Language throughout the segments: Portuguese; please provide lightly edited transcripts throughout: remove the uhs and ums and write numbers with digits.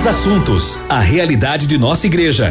os assuntos, a realidade de nossa igreja.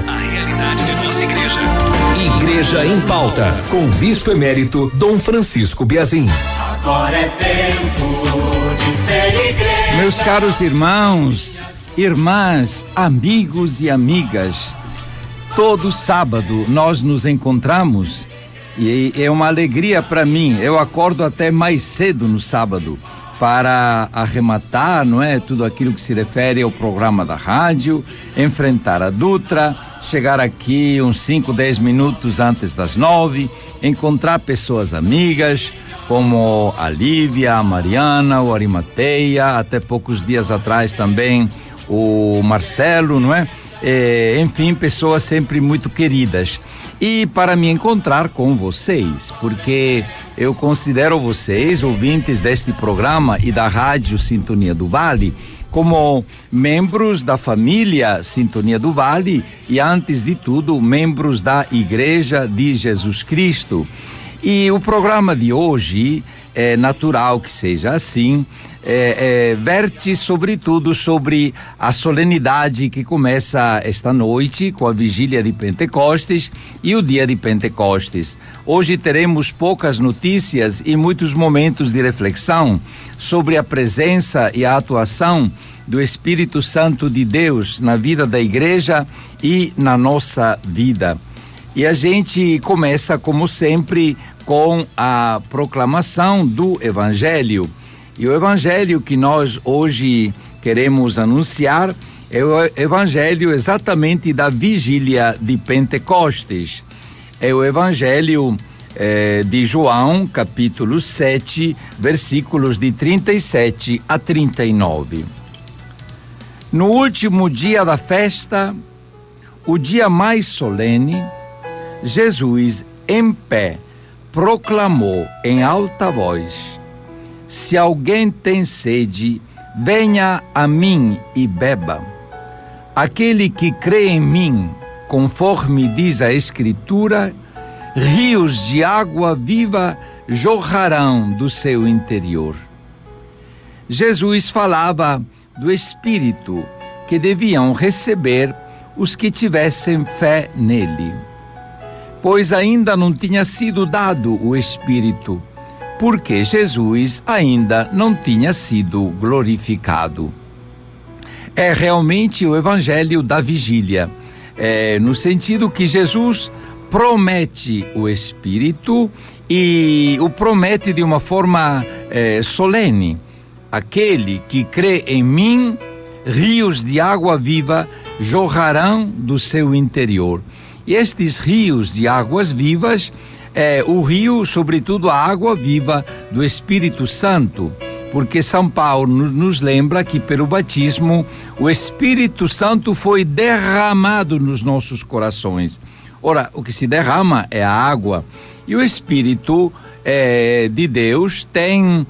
Igreja em Pauta, com o Bispo Emérito Dom Francisco Biazin. Agora é tempo de ser igreja. Meus caros irmãos, irmãs, amigos e amigas, todo sábado nós nos encontramos e é uma alegria para mim. Eu acordo até mais cedo no sábado para arrematar, não é? Tudo aquilo que se refere ao programa da rádio, enfrentar a Dutra, chegar aqui uns 5, 10 minutos antes das 9, encontrar pessoas amigas, como a Lívia, a Mariana, o Arimateia, até poucos dias atrás também o Marcelo, não é? Enfim, pessoas sempre muito queridas. E para me encontrar com vocês, porque eu considero vocês, ouvintes deste programa e da Rádio Sintonia do Vale, como membros da família Sintonia do Vale e, antes de tudo, membros da Igreja de Jesus Cristo. E o programa de hoje, é natural que seja assim, verte sobretudo sobre a solenidade que começa esta noite com a vigília de Pentecostes e o dia de Pentecostes. Hoje teremos poucas notícias e muitos momentos de reflexão sobre a presença e a atuação do Espírito Santo de Deus na vida da igreja e na nossa vida. E a gente começa, como sempre, com a proclamação do Evangelho. E o Evangelho que nós hoje queremos anunciar é o Evangelho exatamente da vigília de Pentecostes. É o Evangelho de João, capítulo 7, versículos de 37 a 39. No último dia da festa, o dia mais solene, Jesus, em pé, proclamou em alta voz: se alguém tem sede, venha a mim e beba. Aquele que crê em mim, conforme diz a Escritura, rios de água viva jorrarão do seu interior. Jesus falava do Espírito que deviam receber os que tivessem fé nele, pois ainda não tinha sido dado o Espírito, porque Jesus ainda não tinha sido glorificado. É realmente o Evangelho da vigília, no sentido que Jesus promete o Espírito e o promete de uma forma solene. Aquele que crê em mim, rios de água viva jorrarão do seu interior. E estes rios de águas vivas, o rio, sobretudo a água viva do Espírito Santo, porque São Paulo nos lembra que pelo batismo o Espírito Santo foi derramado nos nossos corações. Ora, o que se derrama é a água, e o Espírito de Deus tem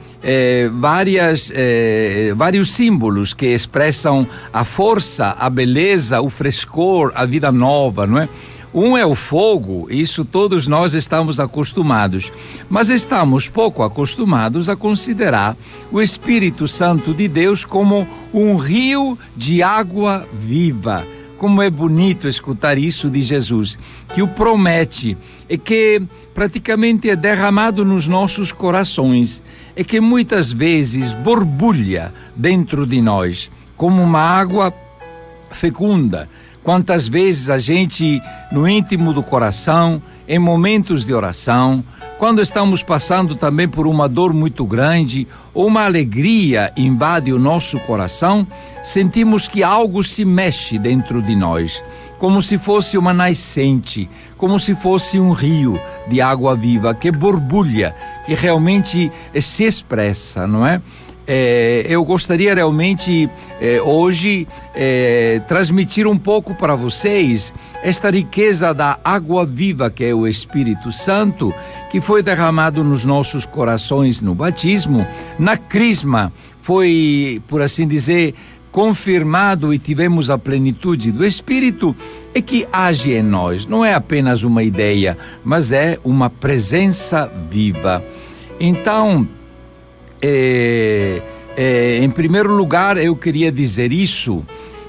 vários símbolos que expressam a força, a beleza, o frescor, a vida nova, não é? Um é o fogo, isso todos nós estamos acostumados, mas estamos pouco acostumados a considerar o Espírito Santo de Deus como um rio de água viva. Como é bonito escutar isso de Jesus, que o promete, e que praticamente é derramado nos nossos corações, e que muitas vezes borbulha dentro de nós, como uma água fecunda. Quantas vezes a gente, no íntimo do coração, em momentos de oração, quando estamos passando também por uma dor muito grande ou uma alegria invade o nosso coração, sentimos que algo se mexe dentro de nós, como se fosse uma nascente, como se fosse um rio de água viva que borbulha, que realmente se expressa, não é? Eu gostaria realmente hoje transmitir um pouco para vocês esta riqueza da água viva que é o Espírito Santo, que foi derramado nos nossos corações no batismo, na crisma foi, por assim dizer, confirmado e tivemos a plenitude do Espírito, e que age em nós. Não é apenas uma ideia, mas é uma presença viva. Então, em primeiro lugar, eu queria dizer isso,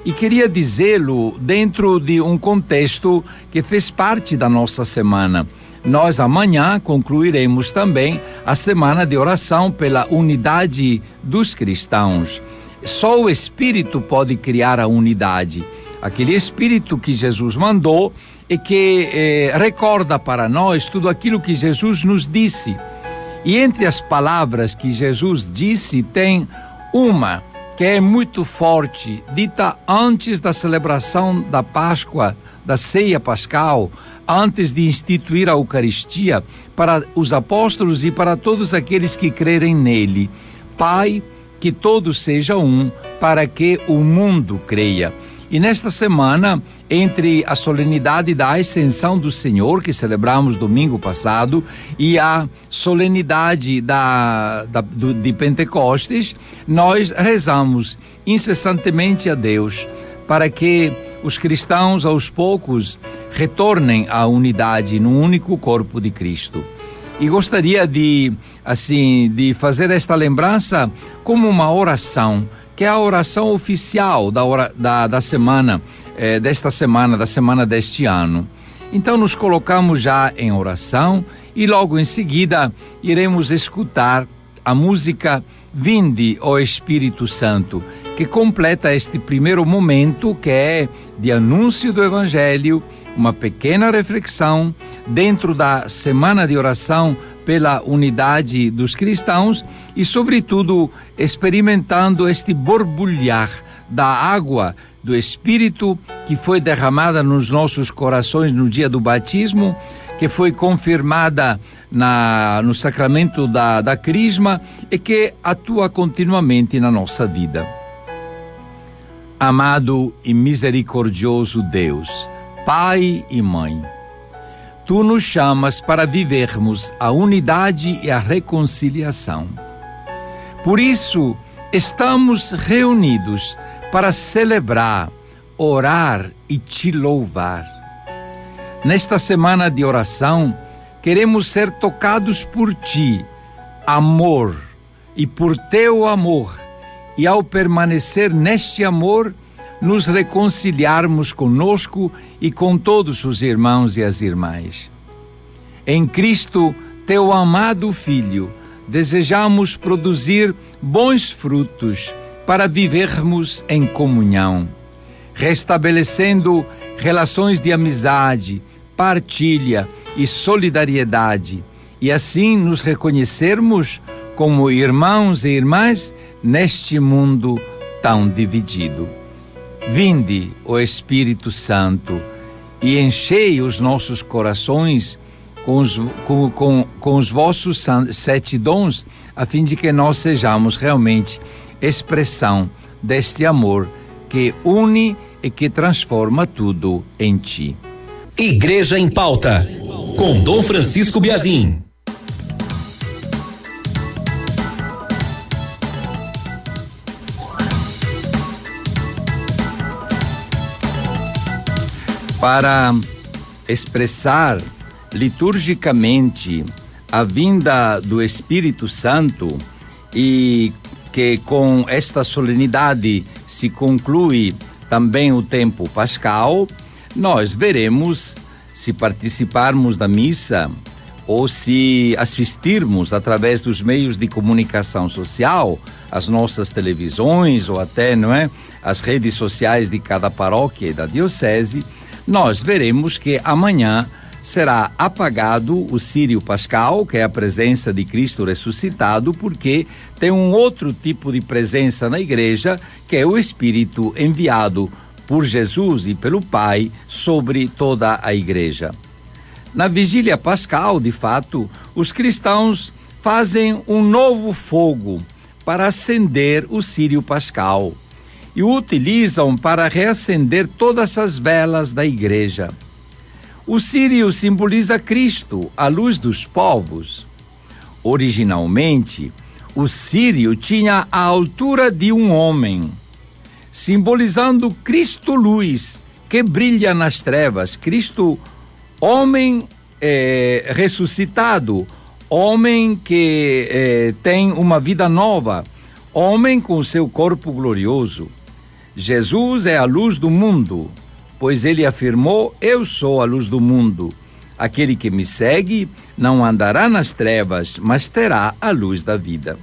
E queria dizê-lo dentro de um contexto que fez parte da nossa semana. Nós amanhã concluiremos também a semana de oração pela unidade dos cristãos. Só o Espírito pode criar a unidade. Aquele Espírito que Jesus mandou e que recorda para nós tudo aquilo que Jesus nos disse. E entre as palavras que Jesus disse, tem uma que é muito forte, dita antes da celebração da Páscoa, da ceia pascal, antes de instituir a Eucaristia para os apóstolos e para todos aqueles que crerem nele. Pai, que todos sejam um, para que o mundo creia. E nesta semana, entre a solenidade da Ascensão do Senhor, que celebramos domingo passado, e a solenidade de Pentecostes, nós rezamos incessantemente a Deus para que os cristãos, aos poucos, retornem à unidade no único corpo de Cristo. E gostaria de fazer esta lembrança como uma oração, que é a oração oficial da semana, desta semana, da semana deste ano. Então nos colocamos já em oração e logo em seguida iremos escutar a música Vinde, ó Espírito Santo, que completa este primeiro momento que é de anúncio do Evangelho, uma pequena reflexão dentro da semana de oração pela unidade dos cristãos e, sobretudo, experimentando este borbulhar da água do Espírito que foi derramada nos nossos corações no dia do batismo, que foi confirmada no sacramento da Crisma e que atua continuamente na nossa vida. Amado e misericordioso Deus, Pai e Mãe, Tu nos chamas para vivermos a unidade e a reconciliação. Por isso, estamos reunidos para celebrar, orar e Te louvar. Nesta semana de oração, queremos ser tocados por Ti, amor, e por Teu amor, e ao permanecer neste amor, nos reconciliarmos conosco e com todos os irmãos e as irmãs. Em Cristo, Teu amado Filho, desejamos produzir bons frutos para vivermos em comunhão, restabelecendo relações de amizade, partilha e solidariedade, e assim nos reconhecermos como irmãos e irmãs neste mundo tão dividido. Vinde, ó Espírito Santo, e enchei os nossos corações com os vossos 7 dons, a fim de que nós sejamos realmente expressão deste amor que une e que transforma tudo em Ti. Igreja em Pauta, com Dom Francisco Biazin. Para expressar liturgicamente a vinda do Espírito Santo e que com esta solenidade se conclui também o tempo pascal, nós veremos, se participarmos da missa ou se assistirmos através dos meios de comunicação social, as nossas televisões ou até, as redes sociais de cada paróquia e da diocese, nós veremos que amanhã será apagado o círio pascal, que é a presença de Cristo ressuscitado, porque tem um outro tipo de presença na igreja, que é o Espírito enviado por Jesus e pelo Pai sobre toda a igreja. Na vigília pascal, de fato, os cristãos fazem um novo fogo para acender o círio pascal e o utilizam para reacender todas as velas da igreja. O círio simboliza Cristo, a luz dos povos. Originalmente, o círio tinha a altura de um homem, simbolizando Cristo luz, que brilha nas trevas. Cristo, homem ressuscitado, homem que tem uma vida nova, homem com seu corpo glorioso. Jesus é a luz do mundo, pois ele afirmou: eu sou a luz do mundo. Aquele que me segue não andará nas trevas, mas terá a luz da vida.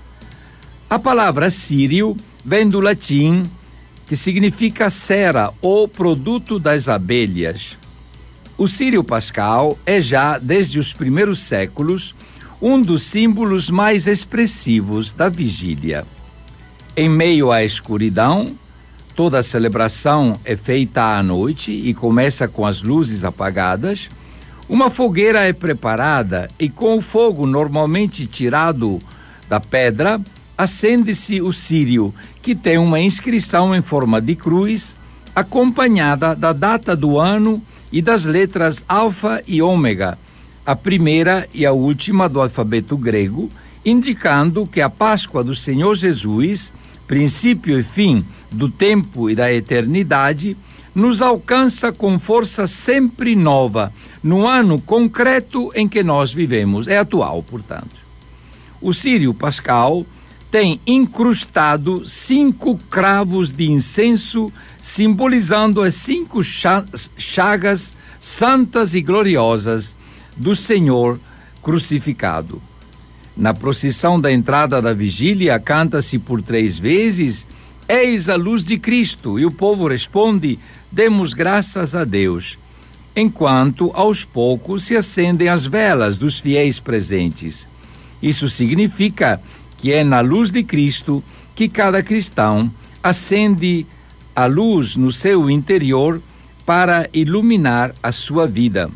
A palavra sírio vem do latim, que significa cera ou produto das abelhas. O Círio Pascal é já, desde os primeiros séculos, um dos símbolos mais expressivos da vigília. Em meio à escuridão, toda a celebração é feita à noite e começa com as luzes apagadas. Uma fogueira é preparada e, com o fogo normalmente tirado da pedra, acende-se o círio, que tem uma inscrição em forma de cruz, acompanhada da data do ano e das letras alfa e ômega, a primeira e a última do alfabeto grego, indicando que a Páscoa do Senhor Jesus, princípio e fim do tempo e da eternidade, nos alcança com força sempre nova, no ano concreto em que nós vivemos. É atual, portanto. O Círio Pascal tem incrustado 5 cravos de incenso, simbolizando as 5 chagas santas e gloriosas do Senhor crucificado. Na procissão da entrada da vigília, canta-se por 3 vezes: eis a luz de Cristo, e o povo responde: demos graças a Deus, enquanto aos poucos se acendem as velas dos fiéis presentes. Isso significa que é na luz de Cristo que cada cristão acende a luz no seu interior para iluminar a sua vida.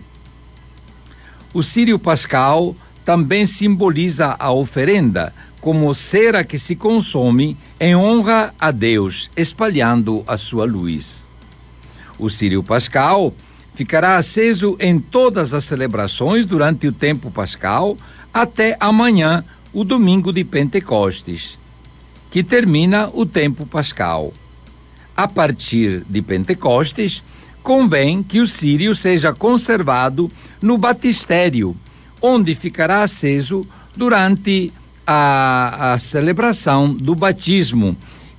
O Círio Pascal também simboliza a oferenda como cera que se consome em honra a Deus, espalhando a sua luz. O Círio Pascal ficará aceso em todas as celebrações durante o tempo pascal até amanhã, o domingo de Pentecostes, que termina o tempo pascal. A partir de Pentecostes, convém que o círio seja conservado no batistério, onde ficará aceso durante a celebração do batismo,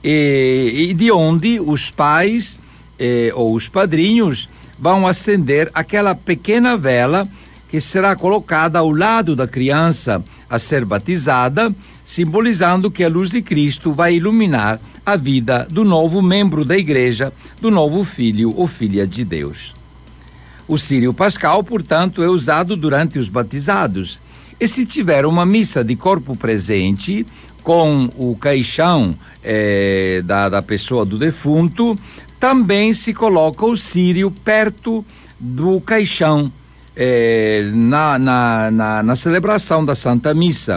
e de onde os pais ou os padrinhos vão acender aquela pequena vela que será colocada ao lado da criança a ser batizada, simbolizando que a luz de Cristo vai iluminar a vida do novo membro da igreja, do novo filho ou filha de Deus. O Círio Pascal, portanto, é usado durante os batizados. E se tiver uma missa de corpo presente, com o caixão da pessoa do defunto, também se coloca o círio perto do caixão, na celebração da Santa Missa.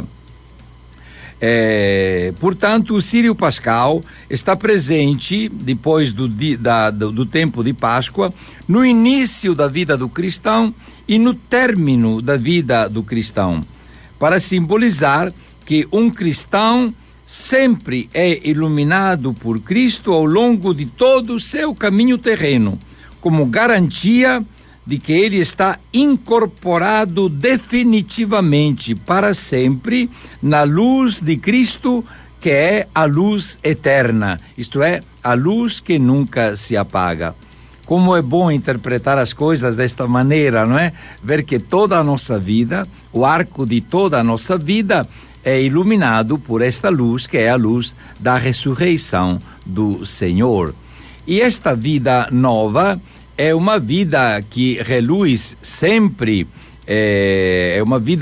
Portanto, o Círio Pascal está presente depois do tempo de Páscoa, no início da vida do cristão e no término da vida do cristão, para simbolizar que um cristão sempre é iluminado por Cristo ao longo de todo o seu caminho terreno, como garantia de que ele está incorporado definitivamente para sempre na luz de Cristo, que é a luz eterna, isto é, a luz que nunca se apaga. Como é bom interpretar as coisas desta maneira, não é? Ver que toda a nossa vida, o arco de toda a nossa vida é iluminado por esta luz, que é a luz da ressurreição do Senhor. E esta vida nova é uma vida que reluz sempre, que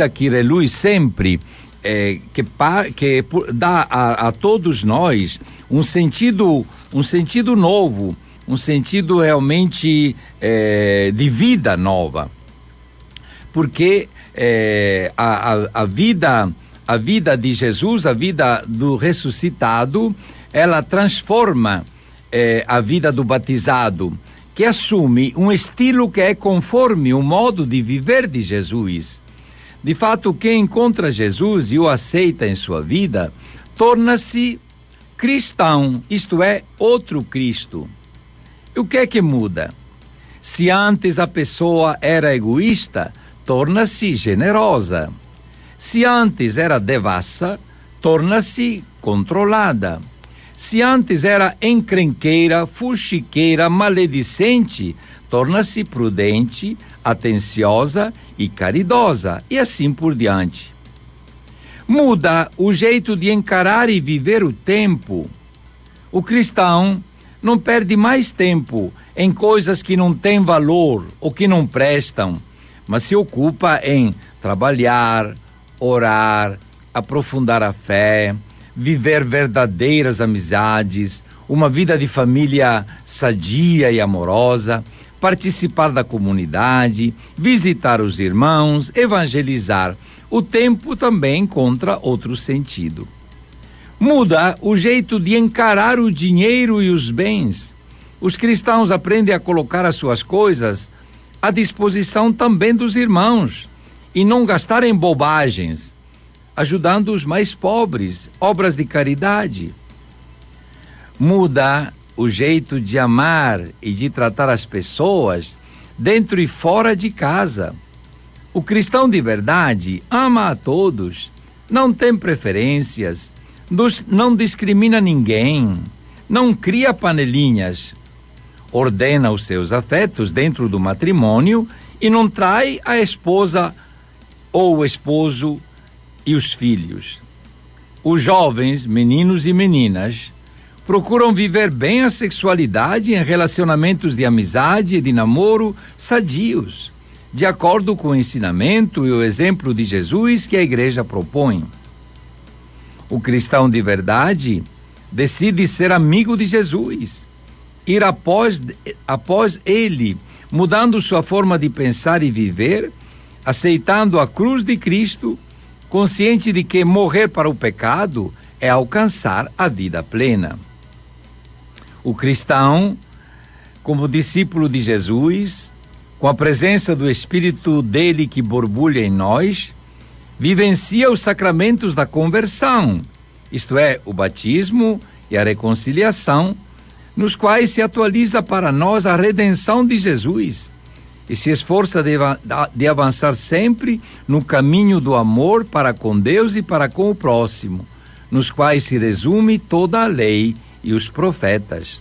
dá a todos nós um sentido novo, um sentido realmente de vida nova, porque a vida de Jesus, a vida do ressuscitado, ela transforma a vida do batizado, que assume um estilo que é conforme o modo de viver de Jesus. De fato, quem encontra Jesus e o aceita em sua vida, torna-se cristão, isto é, outro Cristo. E o que é que muda? Se antes a pessoa era egoísta, torna-se generosa. Se antes era devassa, torna-se controlada. Se antes era encrenqueira, fuxiqueira, maledicente, torna-se prudente, atenciosa e caridosa, e assim por diante. Muda o jeito de encarar e viver o tempo. O cristão não perde mais tempo em coisas que não têm valor ou que não prestam, mas se ocupa em trabalhar, orar, aprofundar a fé, viver verdadeiras amizades, uma vida de família sadia e amorosa, participar da comunidade, visitar os irmãos, evangelizar. O tempo também encontra outro sentido. Muda o jeito de encarar o dinheiro e os bens. Os cristãos aprendem a colocar as suas coisas à disposição também dos irmãos e não gastar em bobagens, ajudando os mais pobres, obras de caridade. Muda o jeito de amar e de tratar as pessoas dentro e fora de casa. O cristão de verdade ama a todos, não tem preferências, não discrimina ninguém, não cria panelinhas, ordena os seus afetos dentro do matrimônio e não trai a esposa ou o esposo e os filhos. Os jovens, meninos e meninas, procuram viver bem a sexualidade em relacionamentos de amizade e de namoro sadios, de acordo com o ensinamento e o exemplo de Jesus que a igreja propõe. O cristão de verdade decide ser amigo de Jesus, ir após ele, mudando sua forma de pensar e viver, aceitando a cruz de Cristo, consciente de que morrer para o pecado é alcançar a vida plena. O cristão, como discípulo de Jesus, com a presença do Espírito dele que borbulha em nós, vivencia os sacramentos da conversão, isto é, o batismo e a reconciliação, nos quais se atualiza para nós a redenção de Jesus e se esforça de avançar sempre no caminho do amor para com Deus e para com o próximo, nos quais se resume toda a lei e os profetas.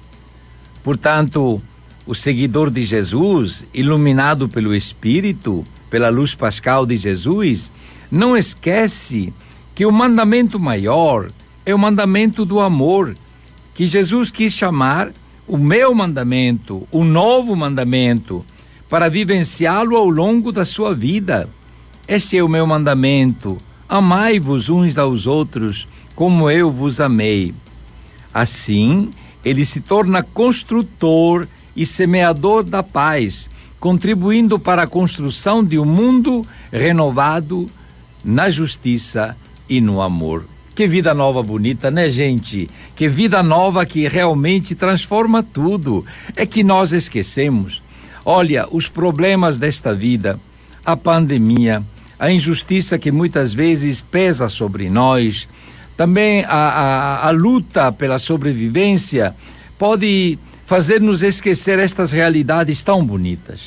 Portanto, o seguidor de Jesus, iluminado pelo Espírito, pela luz pascal de Jesus, não esquece que o mandamento maior é o mandamento do amor, que Jesus quis chamar o meu mandamento, o novo mandamento, para vivenciá-lo ao longo da sua vida. Este é o meu mandamento: amai-vos uns aos outros, como eu vos amei. Assim, ele se torna construtor e semeador da paz, contribuindo para a construção de um mundo renovado na justiça e no amor. Que vida nova bonita, né, gente? Que vida nova que realmente transforma tudo. É que nós esquecemos. Olha, os problemas desta vida, a pandemia, a injustiça que muitas vezes pesa sobre nós, também a luta pela sobrevivência pode fazer-nos esquecer estas realidades tão bonitas,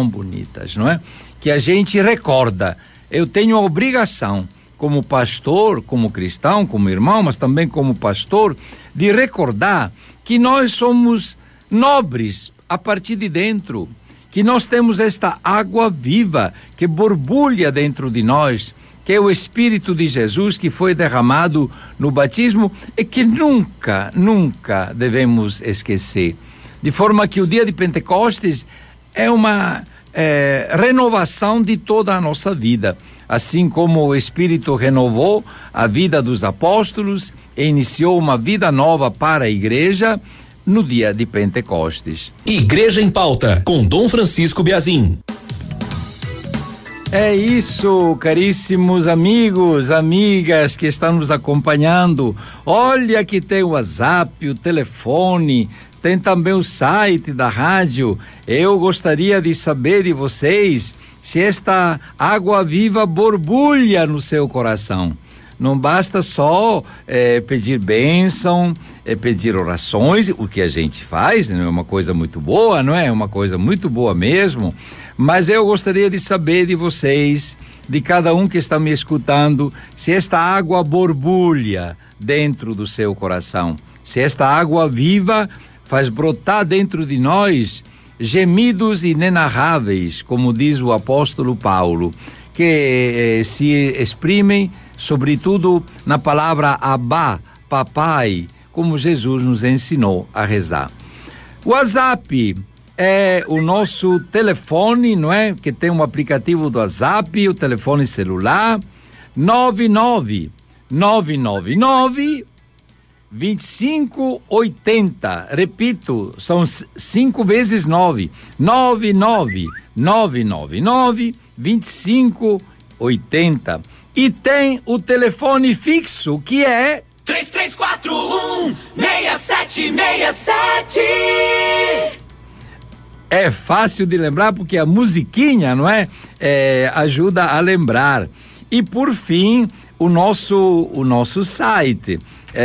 não é? Que a gente recorda. Eu tenho a obrigação, como pastor, como cristão, como irmão, mas também como pastor, de recordar que nós somos nobres a partir de dentro, que nós temos esta água viva que borbulha dentro de nós, que é o Espírito de Jesus que foi derramado no batismo e que nunca devemos esquecer. De forma que o dia de Pentecostes é uma renovação de toda a nossa vida. Assim como o Espírito renovou a vida dos apóstolos e iniciou uma vida nova para a igreja no dia de Pentecostes. Igreja em Pauta, com Dom Francisco Biazin. É isso, caríssimos amigos, amigas que estão nos acompanhando. Olha que tem o WhatsApp, o telefone, tem também o site da rádio. Eu gostaria de saber de vocês se esta água viva borbulha no seu coração. Não basta só pedir bênção, pedir orações, o que a gente faz, não é uma coisa muito boa, não é? É uma coisa muito boa mesmo, mas eu gostaria de saber de vocês, de cada um que está me escutando, se esta água borbulha dentro do seu coração. se esta água viva faz brotar dentro de nós gemidos inenarráveis, como diz o apóstolo Paulo, que se exprimem sobretudo na palavra Abá, papai, como Jesus nos ensinou a rezar. O WhatsApp é o nosso telefone, não é? Que tem um aplicativo do WhatsApp, o telefone celular, 999992580. Repito, são 5 vezes 9. 999992580. E tem o telefone fixo, que é 3341-6767. É fácil de lembrar porque a musiquinha, não é? Ajuda a lembrar. E por fim, o nosso site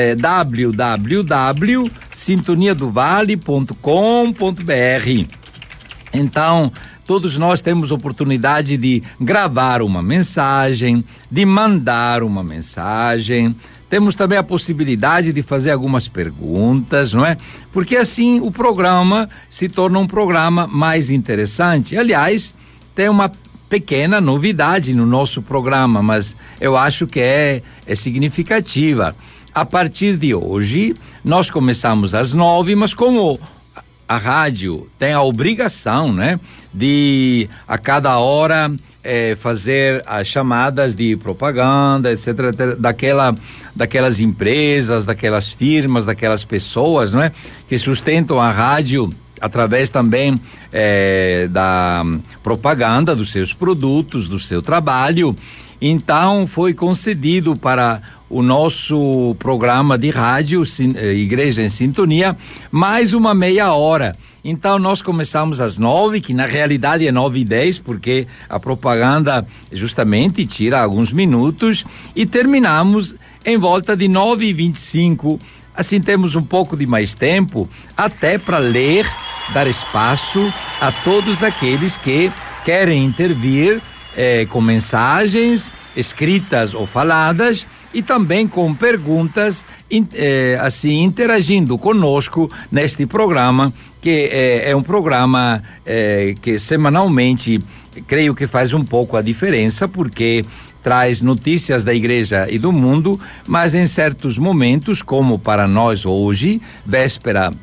www.sintoniadovale.com.br. Então, todos nós temos oportunidade de gravar uma mensagem, de mandar uma mensagem. Temos também a possibilidade de fazer algumas perguntas, não é? Porque assim o programa se torna um programa mais interessante. Aliás, tem uma pequena novidade no nosso programa, mas eu acho que é significativa. A partir de hoje, nós começamos às 9, mas como a rádio tem a obrigação, né, de a cada hora fazer as chamadas de propaganda, etc., daquelas empresas, daquelas firmas, daquelas pessoas, não é, que sustentam a rádio através também da propaganda dos seus produtos, do seu trabalho. Então foi concedido para o nosso programa de rádio Igreja em Sintonia mais uma meia hora. Então nós começamos às 9, que na realidade é 9:10, porque a propaganda justamente tira alguns minutos, e terminamos em volta de 9:25. Assim temos um pouco de mais tempo até para ler, dar espaço a todos aqueles que querem intervir com mensagens escritas ou faladas, e também com perguntas, assim, interagindo conosco neste programa, que é um programa que semanalmente creio que faz um pouco a diferença, porque traz notícias da igreja e do mundo, mas em certos momentos, como para nós hoje, véspera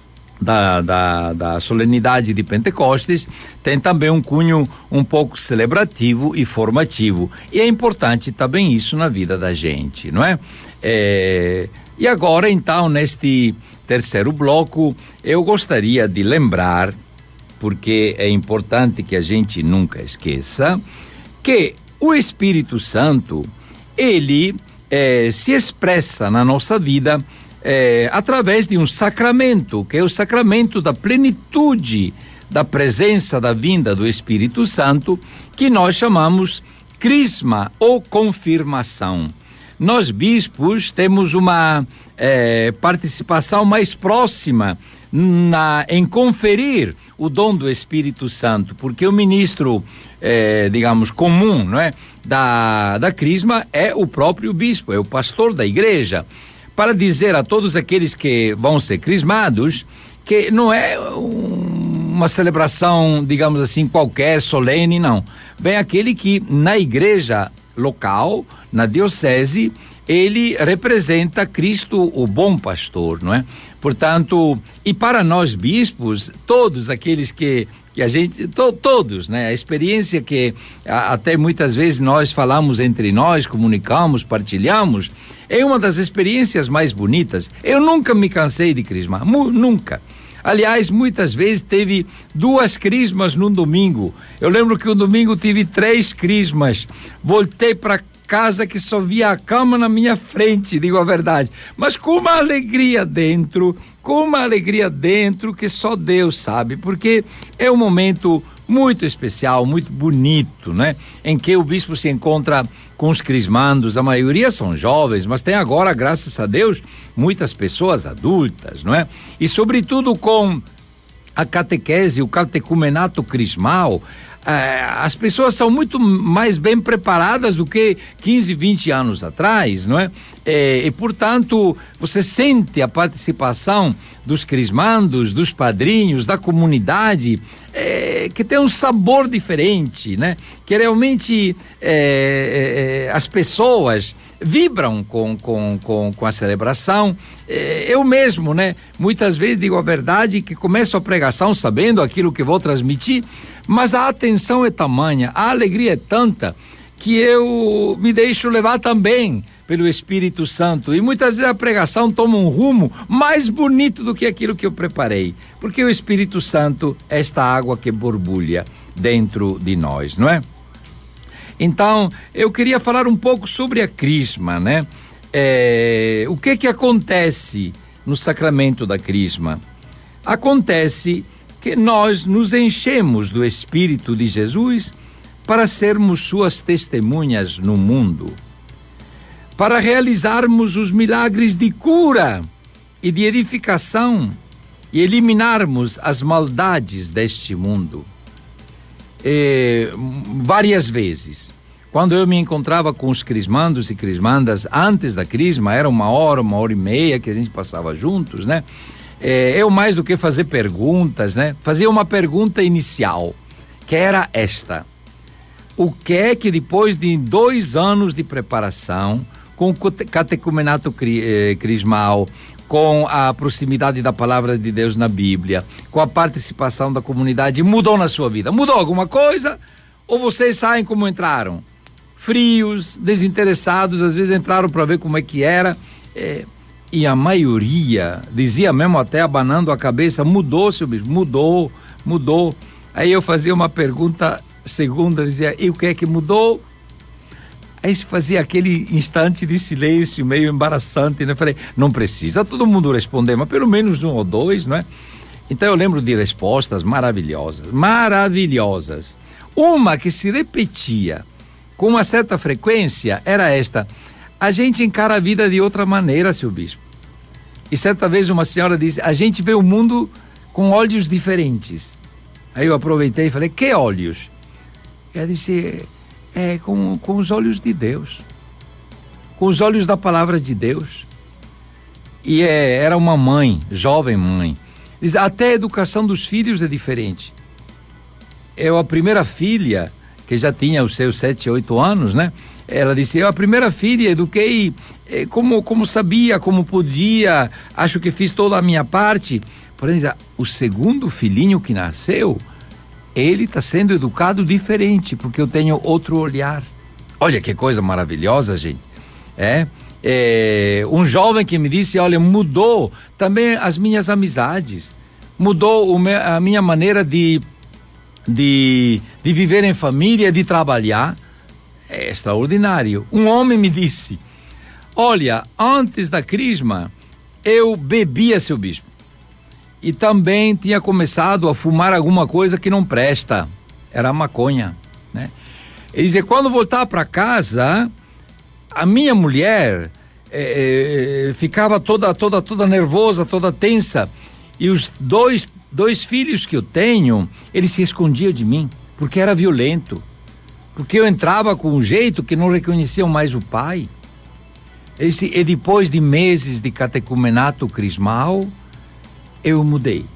da solenidade de Pentecostes, tem também um cunho um pouco celebrativo e formativo, e é importante também isso na vida da gente, não é? E agora, então, neste terceiro bloco, eu gostaria de lembrar, porque é importante que a gente nunca esqueça, que o Espírito Santo, ele se expressa na nossa vida através de um sacramento, que é o sacramento da plenitude da presença da vinda do Espírito Santo, que nós chamamos crisma ou confirmação. Nós bispos temos uma participação mais próxima em conferir o dom do Espírito Santo, porque o ministro, digamos, comum, não é, da crisma é o próprio bispo, é o pastor da igreja, para dizer a todos aqueles que vão ser crismados que não é uma celebração, digamos assim, qualquer, solene, não. Bem, aquele que na igreja local, na diocese, ele representa Cristo, o bom pastor, não é? Portanto, e para nós bispos, todos aqueles que a gente, todos, né? A experiência que até muitas vezes nós falamos entre nós, comunicamos, partilhamos, é uma das experiências mais bonitas. Eu nunca me cansei de crismar, nunca. Aliás, muitas vezes teve 2 crismas num domingo. Eu lembro que um domingo tive 3 crismas. Voltei para casa que só via a cama na minha frente, digo a verdade. Mas com uma alegria dentro que só Deus sabe, porque é um momento muito especial, muito bonito, né? Em que o bispo se encontra com os crismandos, a maioria são jovens, mas tem agora, graças a Deus, muitas pessoas adultas, não é? E sobretudo com a catequese, o catecumenato crismal, as pessoas são muito mais bem preparadas do que 15, 20 anos atrás, não é? E portanto, você sente a participação dos crismandos, dos padrinhos, da comunidade, que tem um sabor diferente, né? Que realmente as pessoas vibram com a celebração. Eu mesmo, né? Muitas vezes digo a verdade que começo a pregação sabendo aquilo que vou transmitir, mas a atenção é tamanha, a alegria é tanta que eu me deixo levar também pelo Espírito Santo, e muitas vezes a pregação toma um rumo mais bonito do que aquilo que eu preparei, porque o Espírito Santo é esta água que borbulha dentro de nós, não é? Então, eu queria falar um pouco sobre a crisma, né? O que acontece no sacramento da crisma? Acontece que nós nos enchemos do Espírito de Jesus para sermos suas testemunhas no mundo, para realizarmos os milagres de cura e de edificação e eliminarmos as maldades deste mundo. Várias vezes, quando eu me encontrava com os crismandos e crismandas antes da crisma, era 1 hora e meia que a gente passava juntos, né? Eu, mais do que fazer perguntas, né? Fazia uma pergunta inicial, que era esta: o que é que depois de 2 anos de preparação, com o catecumenato crismal, com a proximidade da palavra de Deus na Bíblia, com a participação da comunidade, mudou na sua vida? Mudou alguma coisa? Ou vocês saem como entraram? Frios, desinteressados, às vezes entraram para ver como é que era, e a maioria dizia mesmo, até abanando a cabeça: mudou, seu bispo, mudou. Aí eu fazia uma pergunta segunda, dizia: e o que é que mudou? Aí se fazia aquele instante de silêncio meio embaraçante, né? Falei, não precisa todo mundo responder, mas pelo menos 1 ou 2, não é? Então eu lembro de respostas maravilhosas. Uma que se repetia com uma certa frequência era esta: a gente encara a vida de outra maneira, seu bispo. E certa vez uma senhora disse: a gente vê o mundo com olhos diferentes. Aí eu aproveitei e falei: que olhos? Ela disse: com os olhos de Deus, com os olhos da palavra de Deus. E era uma mãe, jovem mãe. Diz: até a educação dos filhos é diferente. Eu, a primeira filha, que já tinha os seus 7, 8 anos, né? Ela disse: eu, a primeira filha, eduquei como sabia, como podia, acho que fiz toda a minha parte. Porém, o segundo filhinho que nasceu, ele está sendo educado diferente, porque eu tenho outro olhar. Olha que coisa maravilhosa, gente. Um jovem que me disse: olha, mudou também as minhas amizades, mudou a minha maneira de viver em família, de trabalhar. É extraordinário. Um homem me disse: olha, antes da crisma eu bebia, seu bispo, e também tinha começado a fumar alguma coisa que não presta, era maconha, né? Ele dizia: quando voltar para casa, a minha mulher ficava toda nervosa, toda tensa, e os dois filhos que eu tenho, eles se escondiam de mim, porque era violento, porque eu entrava com um jeito que não reconheciam mais o pai. E depois de meses de catecumenato crismal, eu mudei.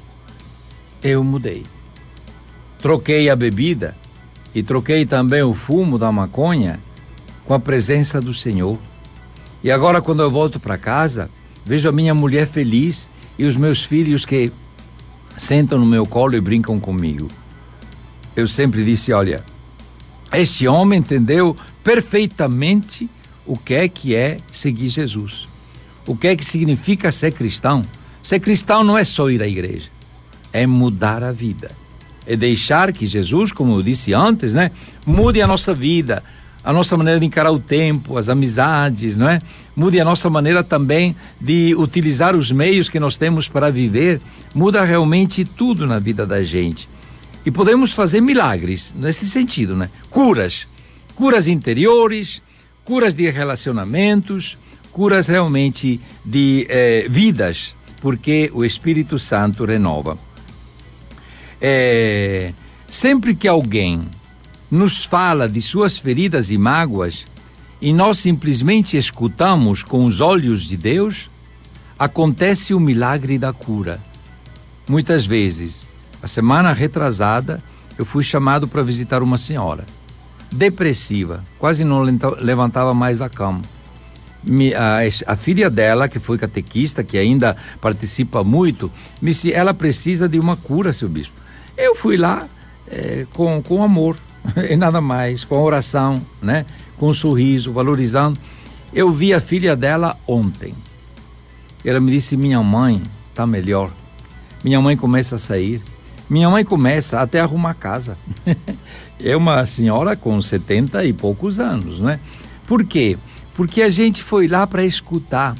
Troquei a bebida e troquei também o fumo da maconha com a presença do Senhor. E agora, quando eu volto para casa, vejo a minha mulher feliz e os meus filhos que sentam no meu colo e brincam comigo. Eu sempre disse: olha, este homem entendeu perfeitamente o que é seguir Jesus. O que é que significa ser cristão? Ser cristão não é só ir à igreja, é mudar a vida. É deixar que Jesus, como eu disse antes, né, mude a nossa vida, a nossa maneira de encarar o tempo, as amizades, não é? Mude a nossa maneira também de utilizar os meios que nós temos para viver. Muda realmente tudo na vida da gente. E podemos fazer milagres nesse sentido, né? Curas interiores, curas de relacionamentos, curas realmente de vidas, porque o Espírito Santo renova. Sempre que alguém nos fala de suas feridas e mágoas e nós simplesmente escutamos com os olhos de Deus, acontece o milagre da cura. Muitas vezes, a semana retrasada, eu fui chamado para visitar uma senhora depressiva, quase não levantava mais da cama. A filha dela, que foi catequista, que ainda participa muito, me disse: ela precisa de uma cura, seu bispo. Eu fui lá com amor, e nada mais, com oração, né? Com um sorriso, valorizando. Eu vi a filha dela ontem. Ela me disse: minha mãe está melhor. Minha mãe começa a sair. Minha mãe começa até a arrumar casa. É uma senhora com 70 e poucos anos, né? Por quê? Porque a gente foi lá para escutar.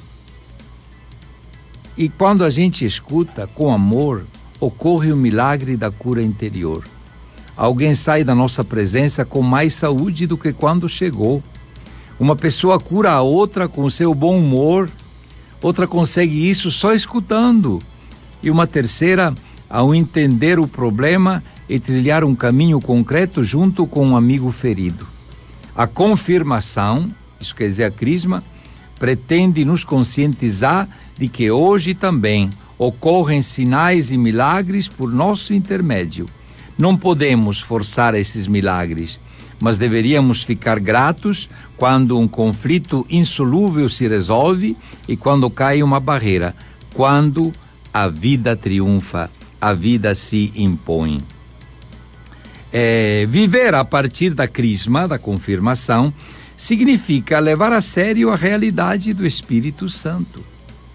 E quando a gente escuta com amor, ocorre o milagre da cura interior. Alguém sai da nossa presença com mais saúde do que quando chegou. Uma pessoa cura a outra com o seu bom humor, outra consegue isso só escutando. E uma terceira, ao entender o problema e trilhar um caminho concreto junto com um amigo ferido. A confirmação, isso quer dizer a crisma, pretende nos conscientizar de que hoje também ocorrem sinais e milagres por nosso intermédio. Não podemos forçar esses milagres, mas deveríamos ficar gratos quando um conflito insolúvel se resolve e quando cai uma barreira, quando a vida triunfa, a vida se impõe. Viver a partir da crisma, da confirmação, significa levar a sério a realidade do Espírito Santo.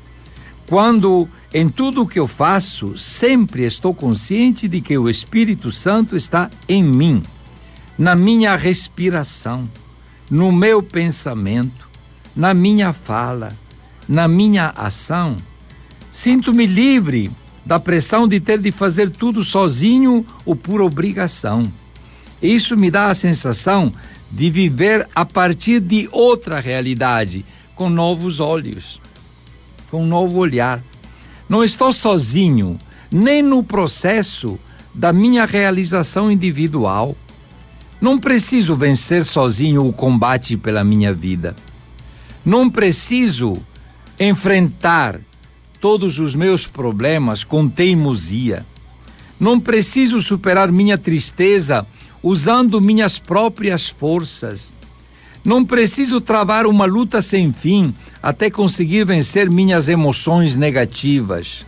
Quando em tudo o que eu faço, sempre estou consciente de que o Espírito Santo está em mim, na minha respiração, no meu pensamento, na minha fala, na minha ação, sinto-me livre da pressão de ter de fazer tudo sozinho ou por obrigação. Isso me dá a sensação de viver a partir de outra realidade, com novos olhos, com um novo olhar. Não estou sozinho, nem no processo da minha realização individual. Não preciso vencer sozinho o combate pela minha vida. Não preciso enfrentar todos os meus problemas com teimosia. Não preciso superar minha tristeza usando minhas próprias forças. Não preciso travar uma luta sem fim até conseguir vencer minhas emoções negativas.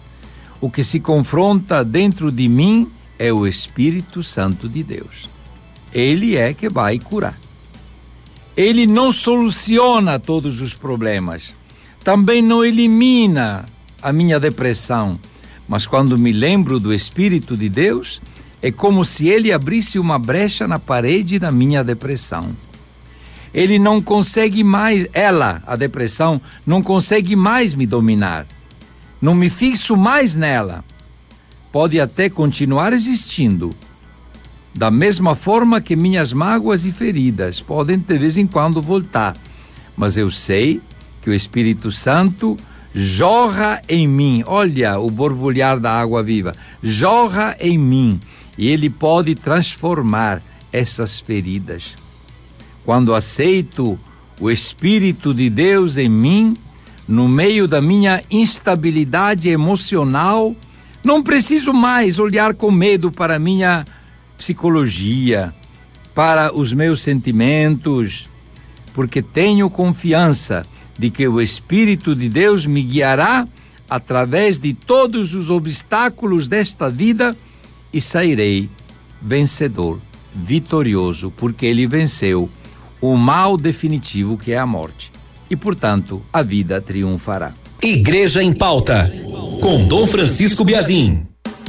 O que se confronta dentro de mim é o Espírito Santo de Deus. Ele é que vai curar. Ele não soluciona todos os problemas, também não elimina a minha depressão, mas quando me lembro do Espírito de Deus, é como se ele abrisse uma brecha na parede da minha depressão. Ele não consegue mais, a depressão, não consegue mais me dominar. Não me fixo mais nela. Pode até continuar existindo. Da mesma forma que minhas mágoas e feridas podem de vez em quando voltar. Mas eu sei que o Espírito Santo jorra em mim. Olha o borbulhar da água viva. Jorra em mim. E ele pode transformar essas feridas. Quando aceito o Espírito de Deus em mim, no meio da minha instabilidade emocional, não preciso mais olhar com medo para a minha psicologia, para os meus sentimentos, porque tenho confiança de que o Espírito de Deus me guiará através de todos os obstáculos desta vida e sairei vencedor, vitorioso, porque ele venceu o mal definitivo que é a morte. E, portanto, a vida triunfará. Igreja em Pauta, com Dom Francisco Biazin.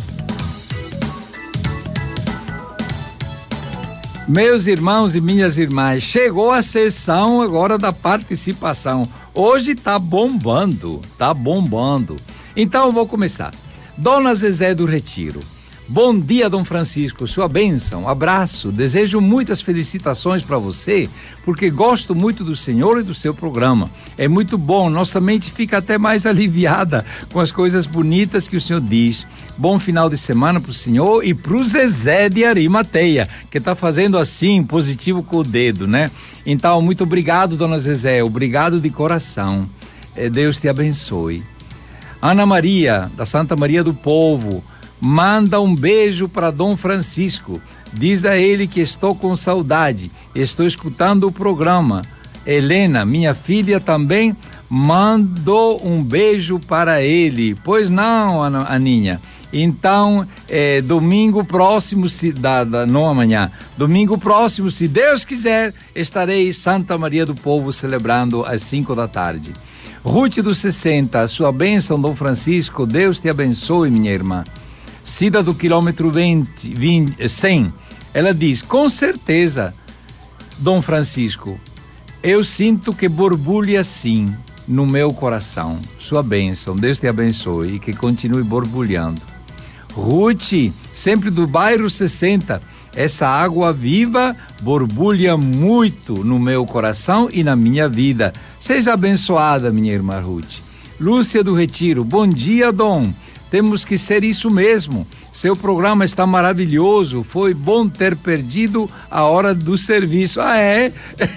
Meus irmãos e minhas irmãs, chegou a sessão agora da participação. Hoje tá bombando. Então eu vou começar. Dona Zezé do Retiro. Bom dia, Dom Francisco, sua bênção, abraço, desejo muitas felicitações para você, porque gosto muito do senhor e do seu programa. É muito bom, nossa mente fica até mais aliviada com as coisas bonitas que o senhor diz. Bom final de semana pro senhor e pro Zezé de Arimateia, que tá fazendo assim, positivo com o dedo, né? Então, muito obrigado, dona Zezé, obrigado de coração. Deus te abençoe. Ana Maria, da Santa Maria do Povo, manda um beijo para Dom Francisco. Diz a ele que estou com saudade. Estou escutando o programa. Helena, minha filha, também mandou um beijo para ele. Pois não, Aninha. Então, domingo próximo, não amanhã, domingo próximo, se Deus quiser, estarei em Santa Maria do Povo celebrando às 5 da tarde. Ruth dos 60, sua bênção, Dom Francisco, Deus te abençoe, minha irmã. Cida do quilômetro 100, ela diz, com certeza, Dom Francisco, eu sinto que borbulha assim no meu coração. Sua bênção, Deus te abençoe e que continue borbulhando. Ruth, sempre do bairro 60, essa água viva borbulha muito no meu coração e na minha vida. Seja abençoada, minha irmã Ruth. Lúcia do Retiro, bom dia, Dom. Temos que ser isso mesmo. Seu programa está maravilhoso. Foi bom ter perdido a hora do serviço. Ah, é?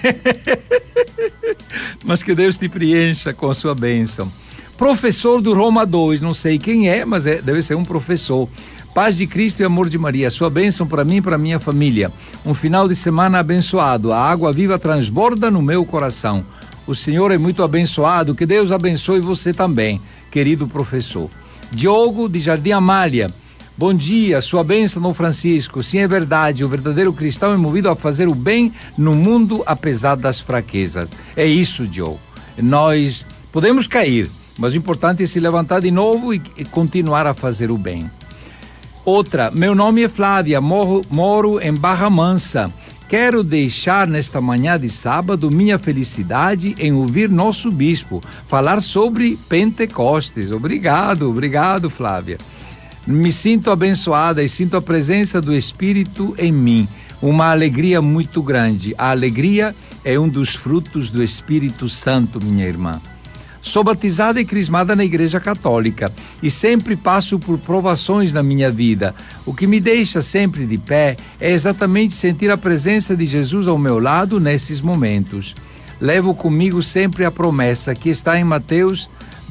Mas que Deus te preencha com a sua bênção. Professor do Roma 2, não sei quem é, mas deve ser um professor. Paz de Cristo e amor de Maria. Sua bênção para mim e para minha família. Um final de semana abençoado. A água viva transborda no meu coração. O Senhor é muito abençoado. Que Deus abençoe você também, querido professor. Diogo de Jardim Amália, bom dia, sua bênção, Dom Francisco. Sim, é verdade, o verdadeiro cristão é movido a fazer o bem no mundo apesar das fraquezas. É isso, Diogo. Nós podemos cair, mas o importante é se levantar de novo e continuar a fazer o bem. Outra, meu nome é Flávia, moro em Barra Mansa. Quero deixar nesta manhã de sábado minha felicidade em ouvir nosso bispo falar sobre Pentecostes. Obrigado, Flávia. Me sinto abençoada e sinto a presença do Espírito em mim. Uma alegria muito grande. A alegria é um dos frutos do Espírito Santo, minha irmã. Sou batizada e crismada na Igreja Católica e sempre passo por provações na minha vida. O que me deixa sempre de pé é exatamente sentir a presença de Jesus ao meu lado nesses momentos. Levo comigo sempre a promessa que está em Mateus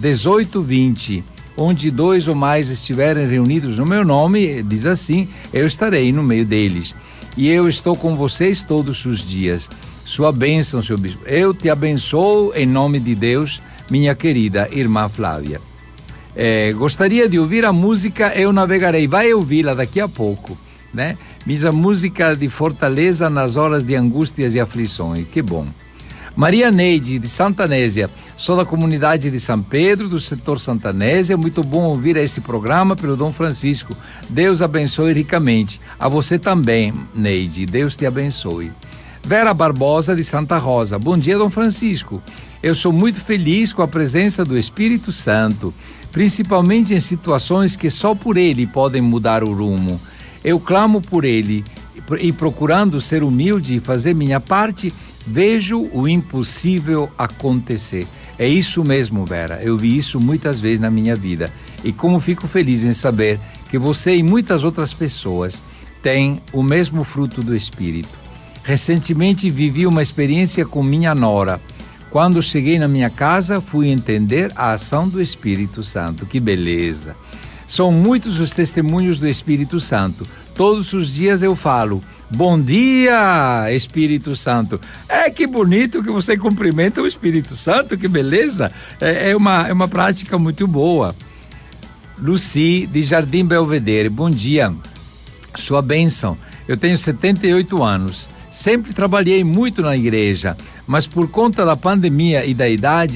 18:20, onde 2 ou mais estiverem reunidos no meu nome, diz assim, eu estarei no meio deles. E eu estou com vocês todos os dias. Sua bênção, senhor bispo. Eu te abençoo em nome de Deus, minha querida irmã Flávia. Gostaria de ouvir a música Eu Navegarei. Vai ouvi-la daqui a pouco, né? Diz a música de fortaleza nas horas de angústias e aflições. Que bom. Maria Neide, de Santanésia. Sou da comunidade de São Pedro, do setor Santanésia. Muito bom ouvir esse programa pelo Dom Francisco. Deus abençoe ricamente. A você também, Neide. Deus te abençoe. Vera Barbosa, de Santa Rosa. Bom dia, Dom Francisco. Eu sou muito feliz com a presença do Espírito Santo, principalmente em situações que só por ele podem mudar o rumo. Eu clamo por ele e, procurando ser humilde e fazer minha parte, vejo o impossível acontecer. É isso mesmo, Vera. Eu vi isso muitas vezes na minha vida. E como fico feliz em saber que você e muitas outras pessoas têm o mesmo fruto do Espírito. Recentemente vivi uma experiência com minha nora. Quando cheguei na minha casa, fui entender a ação do Espírito Santo. Que beleza! São muitos os testemunhos do Espírito Santo. Todos os dias eu falo, bom dia, Espírito Santo. Que bonito que você cumprimenta o Espírito Santo, que beleza! É uma prática muito boa. Luci, de Jardim Belvedere, bom dia. Sua bênção. Eu tenho 78 anos. Sempre trabalhei muito na igreja, mas por conta da pandemia e da idade,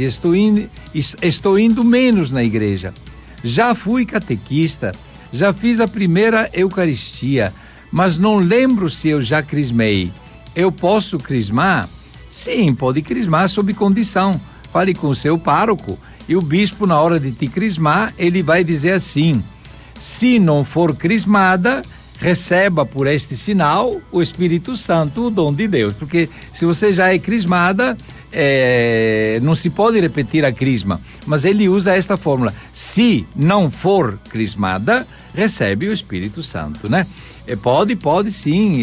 estou indo menos na igreja. Já fui catequista, já fiz a primeira Eucaristia, mas não lembro se eu já crismei. Eu posso crismar? Sim, pode crismar sob condição. Fale com o seu pároco e o bispo, na hora de te crismar, ele vai dizer assim: Se não for crismada, receba por este sinal o Espírito Santo, o dom de Deus. Porque se você já é crismada, não se pode repetir a crisma. Mas ele usa esta fórmula: se não for crismada, recebe o Espírito Santo, né? Pode sim,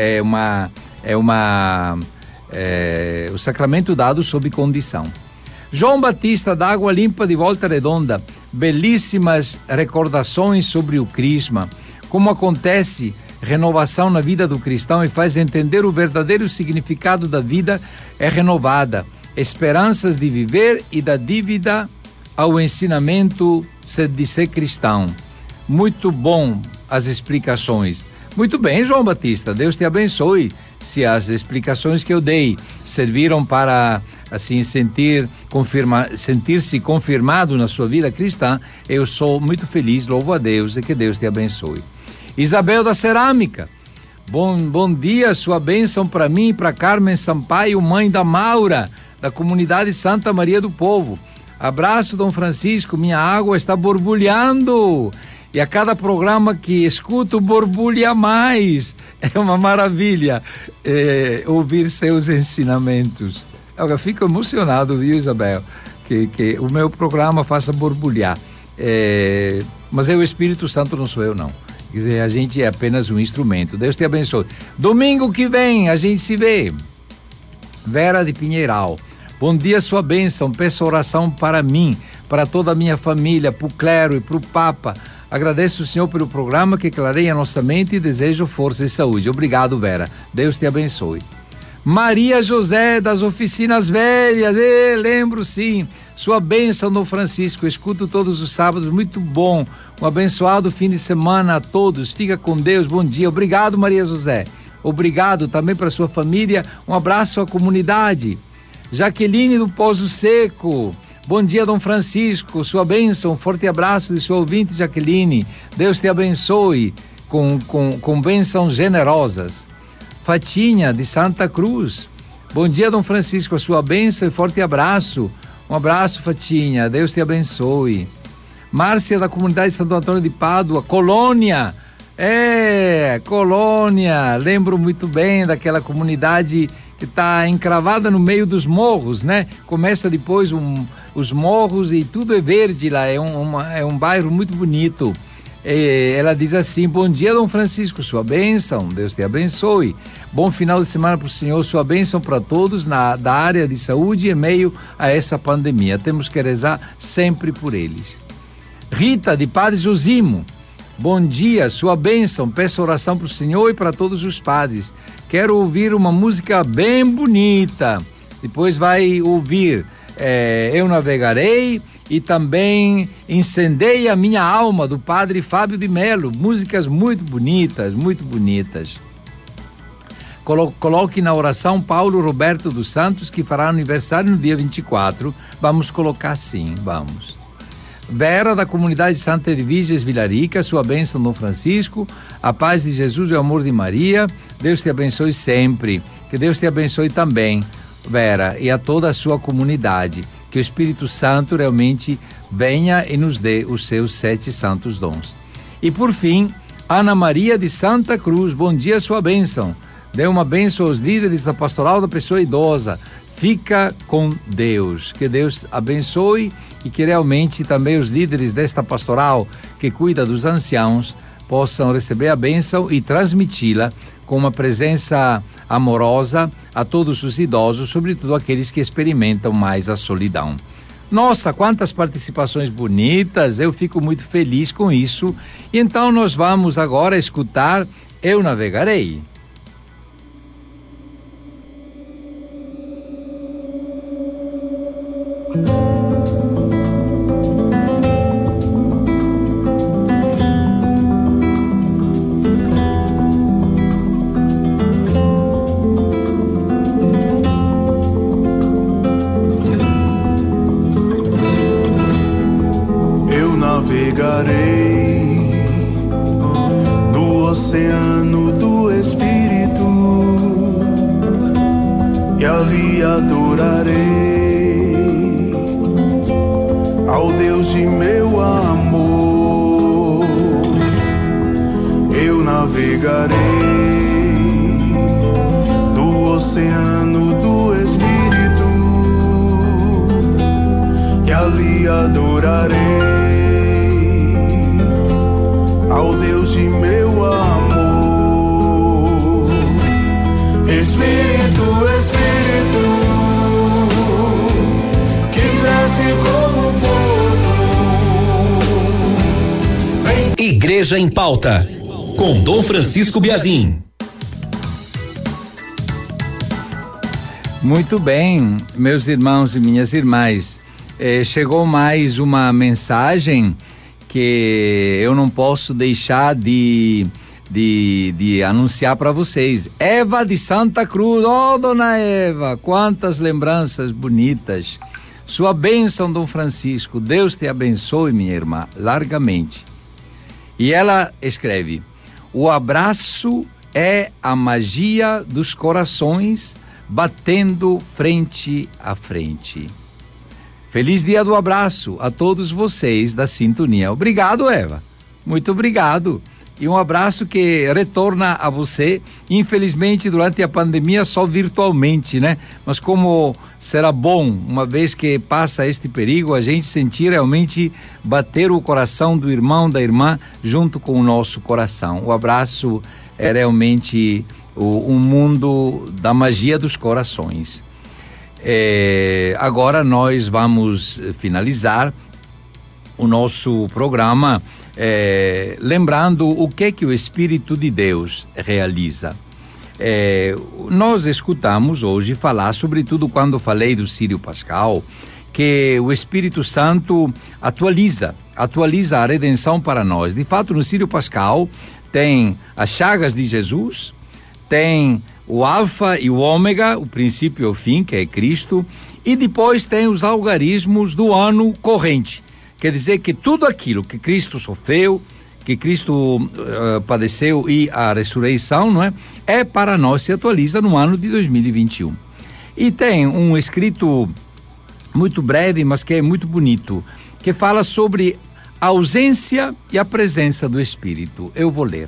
o sacramento dado sob condição. João Batista, da Água Limpa de Volta Redonda, belíssimas recordações sobre o crisma, como acontece renovação na vida do cristão e faz entender o verdadeiro significado da vida é renovada, esperanças de viver e da dívida ao ensinamento de ser cristão. Muito bom as explicações. Muito bem, João Batista, Deus te abençoe. Se as explicações que eu dei serviram para, assim, sentir-se confirmado na sua vida cristã, eu sou muito feliz, louvo a Deus e que Deus te abençoe. Isabel da Cerâmica, bom dia, sua bênção para mim e para Carmen Sampaio, mãe da Maura, da comunidade Santa Maria do Povo. Abraço, Dom Francisco, minha água está borbulhando. E a cada programa que escuto, borbulha mais. É uma maravilha ouvir seus ensinamentos. Eu fico emocionado, viu, Isabel? Que o meu programa faça borbulhar. Mas é o Espírito Santo, não sou eu, não. Quer dizer, a gente é apenas um instrumento. Deus te abençoe. Domingo que vem, a gente se vê. Vera de Pinheiral. Bom dia, sua bênção. Peço oração para mim, para toda a minha família, para o clero e para o Papa. Agradeço o Senhor pelo programa que clareia a nossa mente e desejo força e saúde. Obrigado, Vera. Deus te abençoe. Maria José, das Oficinas Velhas. Lembro sim. Sua bênção, Dom Francisco. Escuto todos os sábados. Muito bom. Um abençoado fim de semana a todos. Fica com Deus. Bom dia. Obrigado, Maria José. Obrigado também para sua família. Um abraço à comunidade. Jaqueline do Poço Seco. Bom dia, Dom Francisco, sua bênção, um forte abraço de sua ouvinte Jaqueline. Deus te abençoe com bênçãos generosas. Fatinha, de Santa Cruz. Bom dia, Dom Francisco, a sua bênção e forte abraço. Um abraço, Fatinha, Deus te abençoe. Márcia, da comunidade de Santo Antônio de Pádua, Colônia. Colônia, lembro muito bem daquela comunidade que está encravada no meio dos morros, né? Começa depois os morros e tudo é verde lá, é um bairro muito bonito. Ela diz assim: bom dia, Dom Francisco, sua bênção, Deus te abençoe. Bom final de semana para o Senhor, sua bênção para todos da área de saúde em meio a essa pandemia. Temos que rezar sempre por eles. Rita, de Padre Josimo, bom dia, sua bênção, peço oração para o Senhor e para todos os padres. Quero ouvir uma música bem bonita. Depois vai ouvir Eu Navegarei e também Incendei a Minha Alma, do Padre Fábio de Melo. Músicas muito bonitas, muito bonitas. Coloque na oração Paulo Roberto dos Santos, que fará aniversário no dia 24. Vamos colocar sim, vamos. Vera, da comunidade Santa Edvígias Vilarica, sua bênção, Dom Francisco, a paz de Jesus e o amor de Maria, Deus te abençoe sempre, que Deus te abençoe também, Vera, e a toda a sua comunidade, que o Espírito Santo realmente venha e nos dê os seus 7 santos dons. E por fim, Ana Maria de Santa Cruz, bom dia, sua bênção, dê uma bênção aos líderes da Pastoral da Pessoa Idosa, fica com Deus, que Deus abençoe e que realmente também os líderes desta pastoral que cuida dos anciãos possam receber a bênção e transmiti-la com uma presença amorosa a todos os idosos, sobretudo aqueles que experimentam mais a solidão. Nossa, quantas participações bonitas, eu fico muito feliz com isso. E então nós vamos agora escutar Eu Navegarei. No oceano do Espírito e ali adorarei ao Deus de meu amor. navegarei no oceano do Espírito e ali adorarei ao Deus de meu amor. Espírito, Espírito, que desce como fogo. Vem. Igreja em Pauta, com Dom Francisco Biazin. Muito bem, meus irmãos e minhas irmãs, chegou mais uma mensagem que eu não posso deixar de anunciar para vocês. Eva de Santa Cruz, dona Eva, quantas lembranças bonitas. Sua bênção, Dom Francisco, Deus te abençoe, minha irmã, largamente. E ela escreve: o abraço é a magia dos corações batendo frente a frente. Feliz dia do abraço a todos vocês da sintonia. Obrigado, Eva. Muito obrigado. E um abraço que retorna a você, infelizmente durante a pandemia só virtualmente, né? Mas como será bom, uma vez que passa este perigo, a gente sentir realmente bater o coração do irmão, da irmã, junto com o nosso coração. O abraço é realmente um mundo da magia dos corações. Agora nós vamos finalizar o nosso programa lembrando o que o Espírito de Deus realiza. Nós escutamos hoje falar, sobretudo quando falei do Sírio Pascal, que o Espírito Santo atualiza a redenção para nós. De fato, no Sírio Pascal tem as chagas de Jesus, tem o alfa e o ômega, o princípio e o fim, que é Cristo, e depois tem os algarismos do ano corrente. Quer dizer que tudo aquilo que Cristo sofreu, que Cristo padeceu e a ressurreição, não é para nós, se atualiza no ano de 2021. E tem um escrito muito breve, mas que é muito bonito, que fala sobre a ausência e a presença do Espírito. Eu vou ler.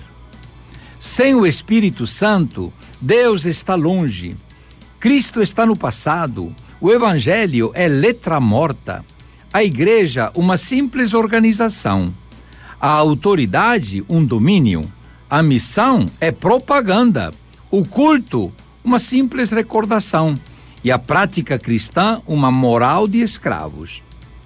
Sem o Espírito Santo, Deus está longe, Cristo está no passado, o Evangelho é letra morta, a igreja uma simples organização, a autoridade um domínio, a missão é propaganda, o culto uma simples recordação e a prática cristã uma moral de escravos.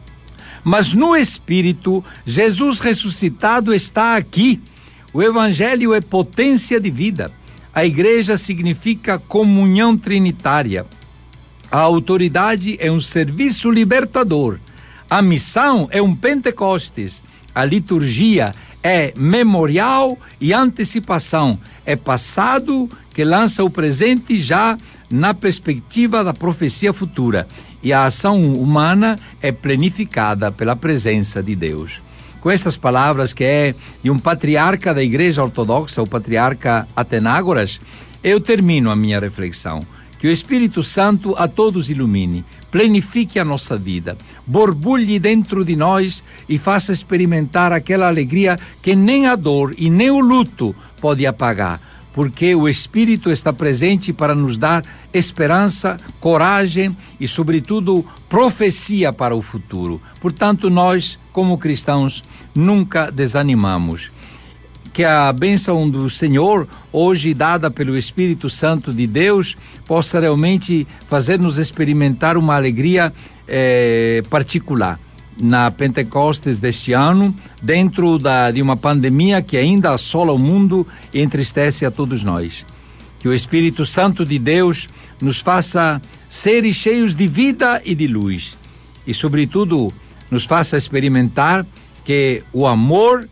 Mas no Espírito, Jesus ressuscitado está aqui. O Evangelho é potência de vida. A igreja significa comunhão trinitária. A autoridade é um serviço libertador. A missão é um Pentecostes. A liturgia é memorial e antecipação. É passado que lança o presente já na perspectiva da profecia futura. E a ação humana é planificada pela presença de Deus. Com estas palavras, que é de um patriarca da Igreja Ortodoxa, o patriarca Atenágoras, eu termino a minha reflexão. Que o Espírito Santo a todos ilumine, planifique a nossa vida, borbulhe dentro de nós e faça experimentar aquela alegria que nem a dor e nem o luto pode apagar, porque o Espírito está presente para nos dar esperança, coragem e, sobretudo, profecia para o futuro. Portanto, nós, como cristãos, nunca desanimamos. Que a bênção do Senhor, hoje dada pelo Espírito Santo de Deus, possa realmente fazer-nos experimentar uma alegria particular na Pentecostes deste ano, dentro de uma pandemia que ainda assola o mundo e entristece a todos nós. Que o Espírito Santo de Deus nos faça seres cheios de vida e de luz e, sobretudo, nos faça experimentar que o amor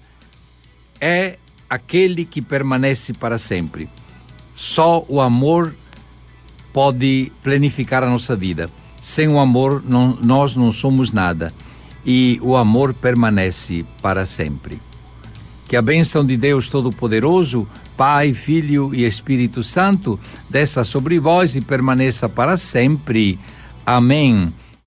é aquele que permanece para sempre. Só o amor pode planificar a nossa vida. Sem o amor, nós não somos nada. E o amor permanece para sempre. Que a bênção de Deus Todo-Poderoso, Pai, Filho e Espírito Santo, desça sobre vós e permaneça para sempre. Amém.